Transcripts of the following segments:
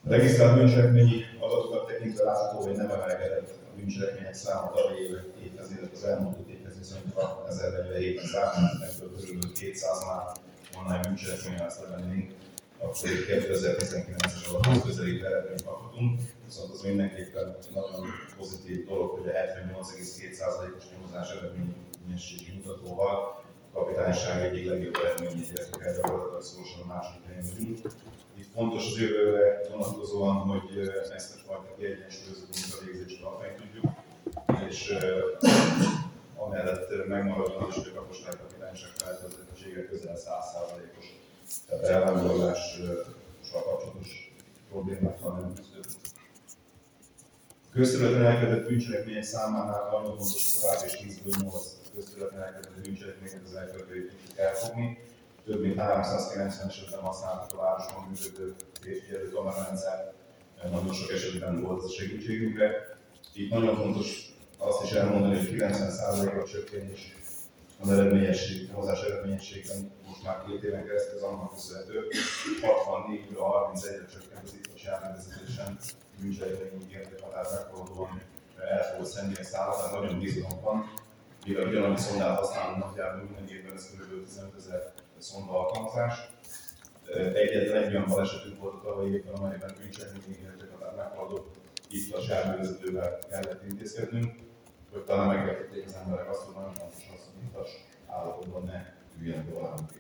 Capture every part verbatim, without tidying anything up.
A regisztrált bűncselekményi adatokat tekintve látható, hogy nem emelkedett a bűncselekmények száma tavalyi évhez, illetve az elmúlt évhez viszont ezernegyvenhéten zárt, ebből körülbelül kétszáznál online bűncselekményen azt vennénk, akkor kétezer-tizenkilences alatt közelítő eredményt kaphatunk, viszont az mindenképpen nagyon pozitív dolog, hogy a hetvennyolc egész két százalékos nyomozás eredményességi mutatóval a kapitányság egyik legjobb eredményét értük el, gyakorlatilag szorosan a második helyen vagyunk. Itt fontos az jövőre vonatkozóan, hogy ezt a fajta kiegyensúlyozott munkavégzést tartani tudjuk, és uh, amellett megmaradjon is, hogy a kaposvári kapitányság feltöltöttsége közel száz százalékos. Tehát elvándorlással kapcsolatos problémákkal nem küzdött. Közterületen elkövetett bűncselekmények számánál nagyon fontos a tovább és tízből nyolc közterületen elkövetett bűncselekményeket az elkövetőit tudjuk elfogni. Több mint háromszázkilencven esetben használtak a városban működő térfigyelő kamerarendszer, nagyon sok esetben volt a segítségünkre. Itt nagyon fontos azt is elmondani, hogy kilencven százalékra csökkenés az eredményesség, a hozás eredményességben most már két éven keresztül az annak köszönhető. hatvannégyről harmincegyre csökkent az ittas járművezetésen bűncselekményi értékhatárt megfordulóan elfogott személyek száma, tehát nagyon bizalom van. Mivel ugyanannyi szondát használunk napjában minden évben, ez kb. tizenötezer szonda alkalmazás. Egyetlen egy olyan balesetünk volt a tavalyi évben, amelyben bűncselekményi értékhatárt meghaladott ittas járművezetővel kellett intézkednünk, hogy talán megértették az emberek azt, hogy nagyon fontos az, hogy ittas állapotban ne üljenek a volánkig.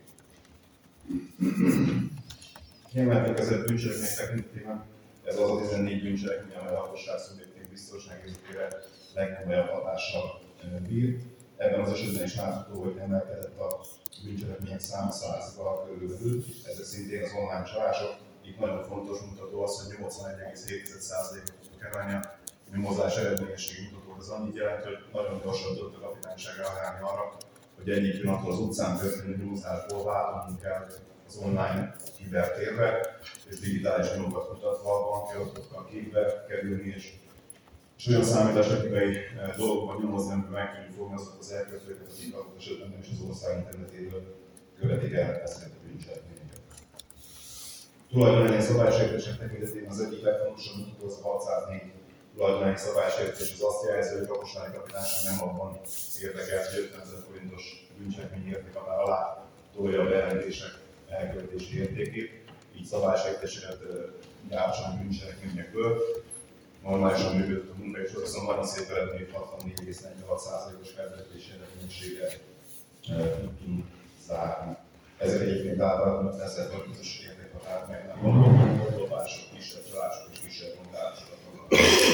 Kiemelkedett bűncselekmények tekintetében ez az a tizennégy bűncselekmény, amely a lakosság szubjektív biztonságérzékére legkomolyabb hatással bír. Ebben az esetben is látható, hogy emelkedett a bűncselekmények száma százalékkal körülbelül. Ezek szintén az online csalások. Itt nagyon fontos mutató az, hogy nyolcvanegy egész hét százalékot tudtuk emelni a nyomozás eredményességi mutatót. Ez annyit jelent, hogy nagyon gyorsan tudott a kapitányság reagálni arra, hogy egyik pillanatról az utcán történő nyomozásból váltunk el az online kibertérbe, és digitális nyomokat mutatva a banki adatokkal képbe kerülni, és, és olyan számítástechnikai dolgokban nyomozni, amiben meg tudjuk fogni azokat az elkövetőket, akik adott esetben nem is az ország internetéről követik el ezeket a bűncselekményeket. Tulajdonányi szabálysértések tekintetében az egyik legfontosabb mutató az a hatszáznégy tulajdonányi szabálysértés, az azt jelzi, hogy a kaposvári kapitányság nem abban érdekelt, hogy ötvenezer forintos bűncselekményi értékhatár alá tolja a bejelentések elkövetési értékét, így szabálysértéseket gyártsanak bűncselekményekből. Normálisan működött a munka, és viszont nagyon szép eredmény, hatvannégy egész negyvenhat százalékos felvetési eredményességgel tudtunk zárni. Ezek egyébként általában ötvenezer forintos értékhatárt meg nem gondolom, dobások, kisebb csalások és kisebb mondásokat vannak.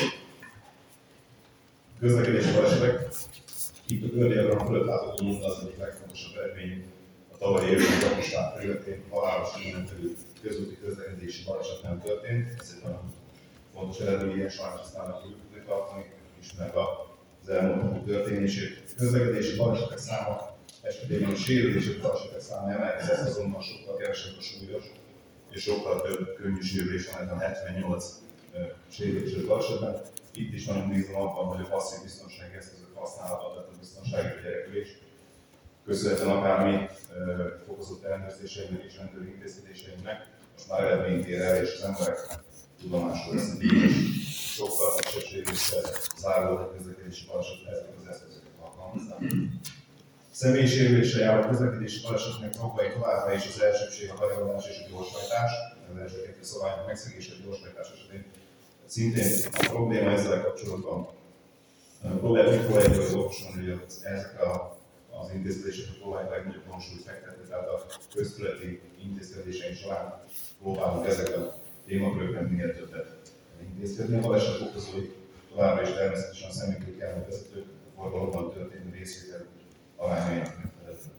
Közlekedési balesetek. Itt a kördiagramon fölött látható munka az egyik legfontosabb eredmény. A tavalyi évben a lakosság területén halálos éventerű közúti közlekedési baleset nem történt. Ez egy nagyon fontos eredmény, ilyen sajnos aztán meg tudjuk tartani, ismerve az elmúlt napok történését. Közlekedési balesetek száma esetében a sérülési balesetek száma emelkedett, azonban sokkal kevesebb a súlyos, és sokkal több könnyű sérülés van ebben a hetvennyolc sérüléses balesetben. Itt is nagyon bízom abban, hogy a passzív biztonsági eszközök használata, tehát a biztonsági gyerekülés, köszönhetően akármi fokozott ellenőrzéseinek és rendőri intézkedéseinek most már eredményt ér el, és az emberek tudomásul veszik, és sokkal kisebb sérüléssel záruló a közlekedési balesetre ezeket az eszközöket alkalmaznak. Személyi sérüléssel járó közlekedési balesetnek okai továbbra is az elsőbség, a hajrólás és a gyorshajtás, az első kettő szabályok megszegése a gyorshajtás esetén. Szintén a probléma ezzel kapcsolatban próbáljuk próbáljuk az orvoson, hogy ezek a, az intézkedések próbálják legnagyobb hangsúlyt fektetni, tehát a közterületi intézkedéseink során próbálunk ezekkel a témakörökben minél többet intézkedni. A baleset okozói továbbra is természetesen a személykörük elvezetők a forgalomban történő részvétel arányainak megfelelően.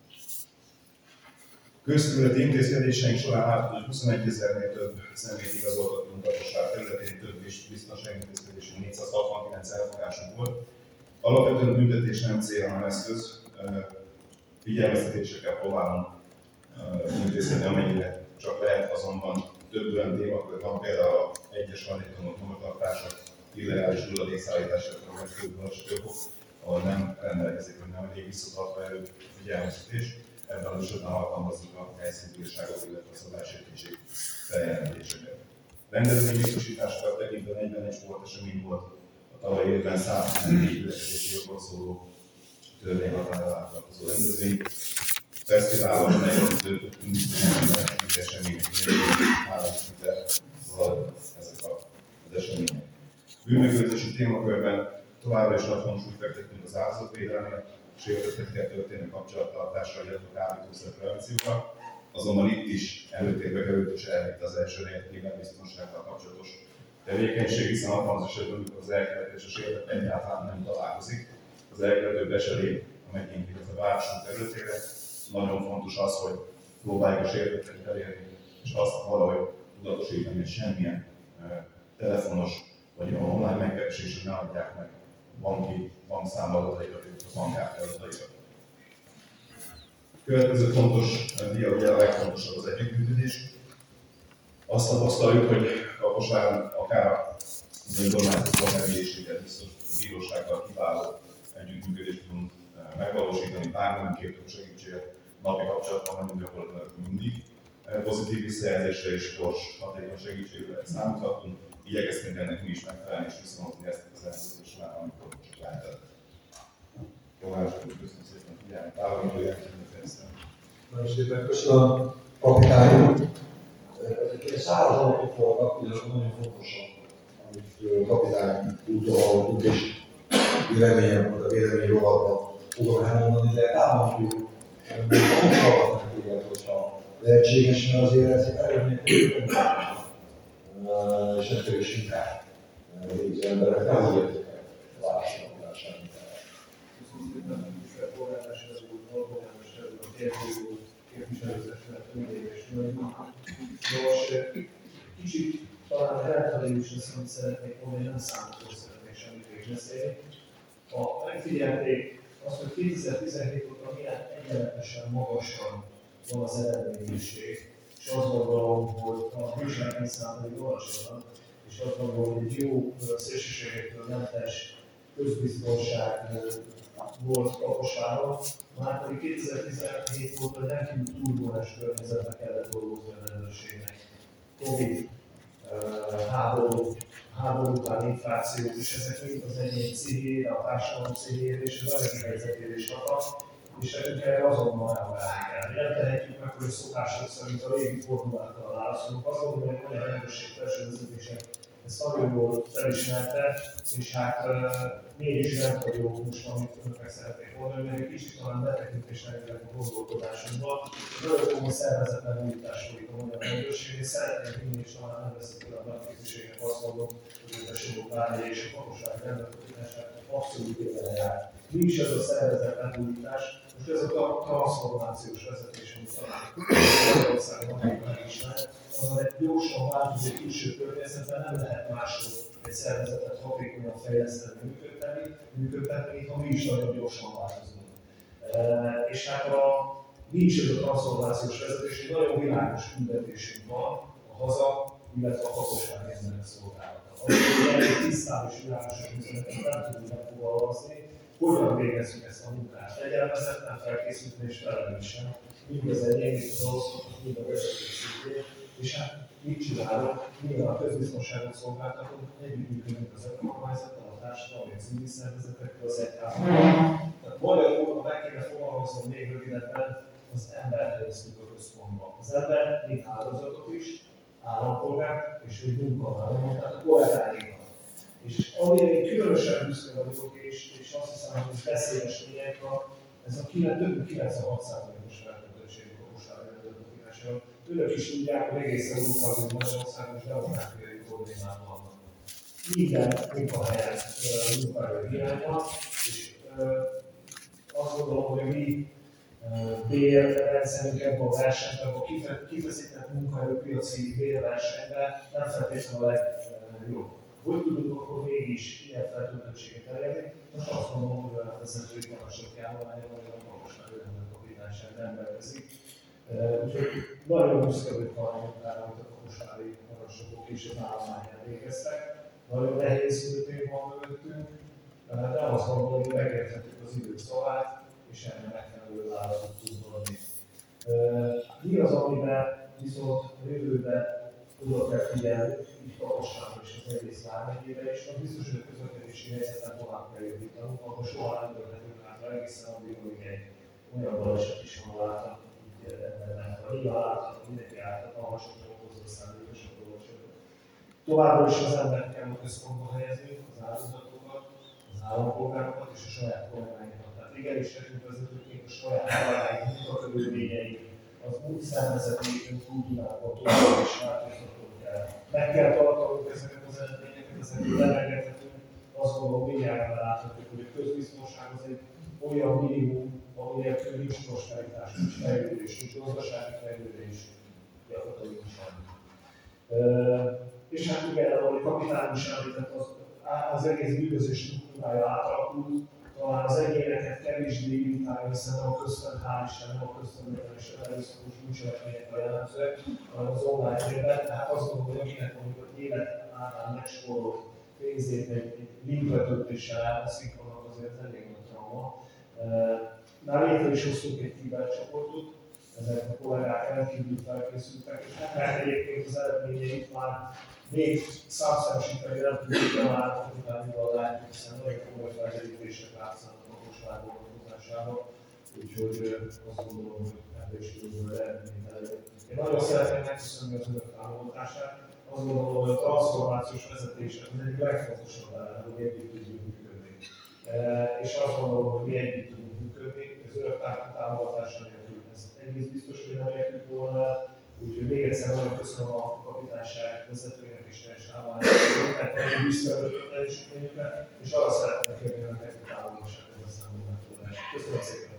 Közterületi intézkedéseink során látható, hogy huszonegyezernél több személyt igazoltattunk a lakosság területén, több is biztonsági intézkedésünk, négyszázhatvankilenc elfogásunk volt. Alapvetően büntetés nem cél, hanem eszköz. Figyelmeztetésekkel próbálunk intézkedni, amennyire csak lehet, azonban több olyan témakör van, például egyes hajléktalanok magatartása, illegális hulladékszállításra megforduló balesetjogok, ahol nem rendelkezik, hogy nem elég visszatartva elő figyelmeztetés. Ebben az esetben alkalmazzuk a helyszínbírságot, illetve a szabálysértési feljelentéseket. Rendezvénybiztosításokat tekintve negyvenegy sportesemény volt a tavalyi évben, száztizennégy üldöztetési jogról szóló törvény hatályra tartozó rendezvény. Fesztiválon megjelentődöttünk egy események, három méter alatt ezek az események. Bűnmegelőzési témakörben továbbra is nagy hangsúlyt fektettünk az áldozatvédelemre, sértettekkel történő kapcsolattartásra, illetve kábítószer prevencióra. Azonban itt is előtérbe került és elvitt az első helyet biztonsággal kapcsolatos tevékenység, hiszen abban az esetben, amikor az elkövető és a sértett egyáltalán nem találkozik, az elkövető be se lép a megint a városon területére. Nagyon fontos az, hogy próbáljuk a sértetteket elérni, és azt valahogy tudatosítani, hogy semmilyen e, telefonos vagy online megkeresésre ne adják meg banki, bankszámladataikat, illetve bankkártyadataikat. Következő fontos dia, ugye a legfontosabb az együttműködés. Azt tapasztaljuk, hogy Kaposváron akár az önkormányzati személyiséggel biztos a bírósággal kiváló együttműködést tudunk megvalósítani, bármilyen képtől segítséget, napi kapcsolatban vagyunk gyakorlatilag mindig. Pozitív visszajelzésre és gyors, hatékony segítségre számíthatunk. Igyekeztünk ennek mi is megfelelni és viszonyozni ezt az elszólás során, amikor csak lehetett. Jó, köszönöm szépen a figyelmet. Távolító jelentően fejeztem. Nagyon szépen köszönöm, kapitány. Száraz alapok voltak, illetve nagyon fontosak, amit kapitány úton hallottunk, és véleményem volt a vélemény rovatban tudom elmondani, de támadjuk, hogy nem hallgatnak téged, hogyha lehetséges, mert azért ezek előnyek és ettől is inkább végző emberek nem úgy érték el a válaszolóknál semmit. Köszönöm szépen, tisztelt polgármester úr, polgármester úr, a kérdő úr, képviselőtestület, hölgyeim és hölgyeim. Nos, kicsit talán elfelejű is lesz, amit szeretnék mondani, nem számokról szeretnék semmit végezni. Ha megfigyelték azt, hogy kétezer-tizenhét óta milyen egyenletesen magasan van az eredményesség, és azt gondolom, hogy a bűncselekményszámai alacsonyan, és azt gondolom, hogy egy jó szélsőségektől mentes közbiztonság volt Kaposváron, már pedig kétezer-tizenhét óta rendkívül turbulens környezetben kellett dolgozni a rendőrségnek. Covid, háború, háború után infláció, és ezek mind az egyén cégére, a társadalom cégére és az anyagi helyzetére is hatnak, és nekünk erre azonnal reagálni kell. Nem tehetjük meg, hogy szokások szerint a régi fordulákkal válaszolunk. Azt gondolom, hogy a rendőrség felső vezetése ezt nagyon jól felismerte, és hát uh, mégis nem vagyok most, amit önöknek szeretnék mondani, mert egy kicsit talán betekintés nevezik a gondolkodásunkban. Nagyon komoly szervezetlen újítás folyik a magyar rendőrség, és szeretnék hinni, és talán nem veszek el a nagy képviségnek azt mondom, hogy a Simó Vármegye és a Kaposvári rendőrkötésnek abszolút élen jár. Mi is ez a szervezetlen újítás? Most ez a transformációs vezetés, amit talán Magyarországon nagyon ismert, azon egy gyorsan változó külső környezetben nem lehet máshogy egy szervezetet hatékonyan fejleszteni, működtetni, működtetni, ha mi is nagyon gyorsan változunk. E, és hát a, mi is ez a transformációs vezetés, egy nagyon világos küldetésünk van a haza, illetve a Kaposvári emberek szolgálata. Azért elég tisztán és világosan üzenetet nem tudunk megfogalmazni, hogyan végezzük ezt a munkát. Fegyelmezetten, felkészülten és felelősen, mind az egyén, mind az országok, mind a vezetők szintén. És hát mit csinálunk? Minden a közbiztonságot szolgáltatunk, együttműködünk az önkormányzattal, a társadalmi, a civil szervezetekkel, az egyházban. Tehát magyarul, ha meg kéne fogalmaznom még rövidebben, az embert helyeztük a központba. Az ember, mint áldozatot is, állampolgár és mint munkavállaló, tehát a kollégáinkat. És amire én különösen büszke vagyok, és, és azt hiszem, hogy ez beszéles lényegben, ez a több mint kilencvenhat százalékos feltöltöttség a Kaposvári rendőrkötésről. Önök is tudják, hogy egész Európában, Magyarországon is demográfiai problémák vannak. Minden munkahelyen munkaerő hiány van, és azt gondolom, hogy mi bérrendszerünk ebben a versenyben, a kifeszített munkaerőpiaci bérversenyben nem feltétlenül a legjobb. Hogy tudunk akkor mégis ilyen feltöltöttséget elérni? Most azt mondom, hogy a vezetői parancsok állománya vagy a Kaposvári rendőrkapitányság rendelkezik. Úgyhogy nagyon büszke vagyok arra, amit a kaposvári parancsnokok is az állományán végeztek. Nagyon nehéz időtév van mögöttünk, de azt gondolom, hogy megértettük az idők szavát, és ennek megfelelő választ tudtunk adni. Mi az, amiben viszont a jövőben oda kell figyelni, így Kaposvárban és az egész vármegyében is, az biztos, hogy a közlekedési helyzeten tovább kell javítanunk, akkor soha nem dönthetünk hátra egészen addig, hogy egy olyan baleset is van látható, hogy ebben nem van. Nyilván látható, mindenki által a hasonló hozzá szándékos a balesetet. Továbbra is az embert kell a központba helyezni, az áldozatokat, az állampolgárokat és a saját kollégáinkat. Tehát igenis nekünk vezetőként a saját kollégáink munkakörülményei, az úgy szervezeti kultúrákban tovább is változtatunk kell. Meg kell tartanunk ezeket az eredményeket, ezeket lemegethetünk. Azt gondolom, mindjárt láthatjuk, hogy a közbiztonság az egy olyan minimum, ami nélkül nincs prosperitás, nincs fejlődés, nincs gazdasági fejlődés, gyakorlatilag nincs semmi. És hát igen, ahogy a kapitány is említett, az, az egész bűnözés struktúrája átalakult, talán az egyéneket kevésbé irritálja, hiszen nem a köztön, hál' Isten, nem a köztönben és a erőszakos bűncselekmények a jellemzőek, hanem az online térben. Tehát azt gondolom, hogy akinek mondjuk az élet által megspórolt pénzét egy, egy linkletöltéssel elveszik, annak azért elég nagy trauma. Már létre is hoztunk egy kibercsoportot, ezek a kollégák rendkívül felkészültek, és mert egyébként az eredményeit már még számszerűsíteni nem tudjuk, de már a utányival látjuk, hiszen nagyon komoly felderítések látszanak a Kaposvár vonatkozásában, úgyhogy azt gondolom, hogy ebben is tudunk eredményt elérni. Én nagyon szeretném megköszönni az önök támogatását, azt gondolom, hogy a transzformációs vezetés az egyik legfontosabb elem, hogy együtt tudjunk működni. És azt gondolom, hogy mi együtt tudunk működni, az önök támogatása nélkül ez egész biztos, hogy nem értük volna. Úgyhogy még egyszer nagyon köszönöm a kapitányság vezetőjének és Sávának, hogy nagyon visszaadott teljesítményükre, és arra szeretnék kérni, hogy nektek támogassák ez a számolatodást. Köszönöm szépen!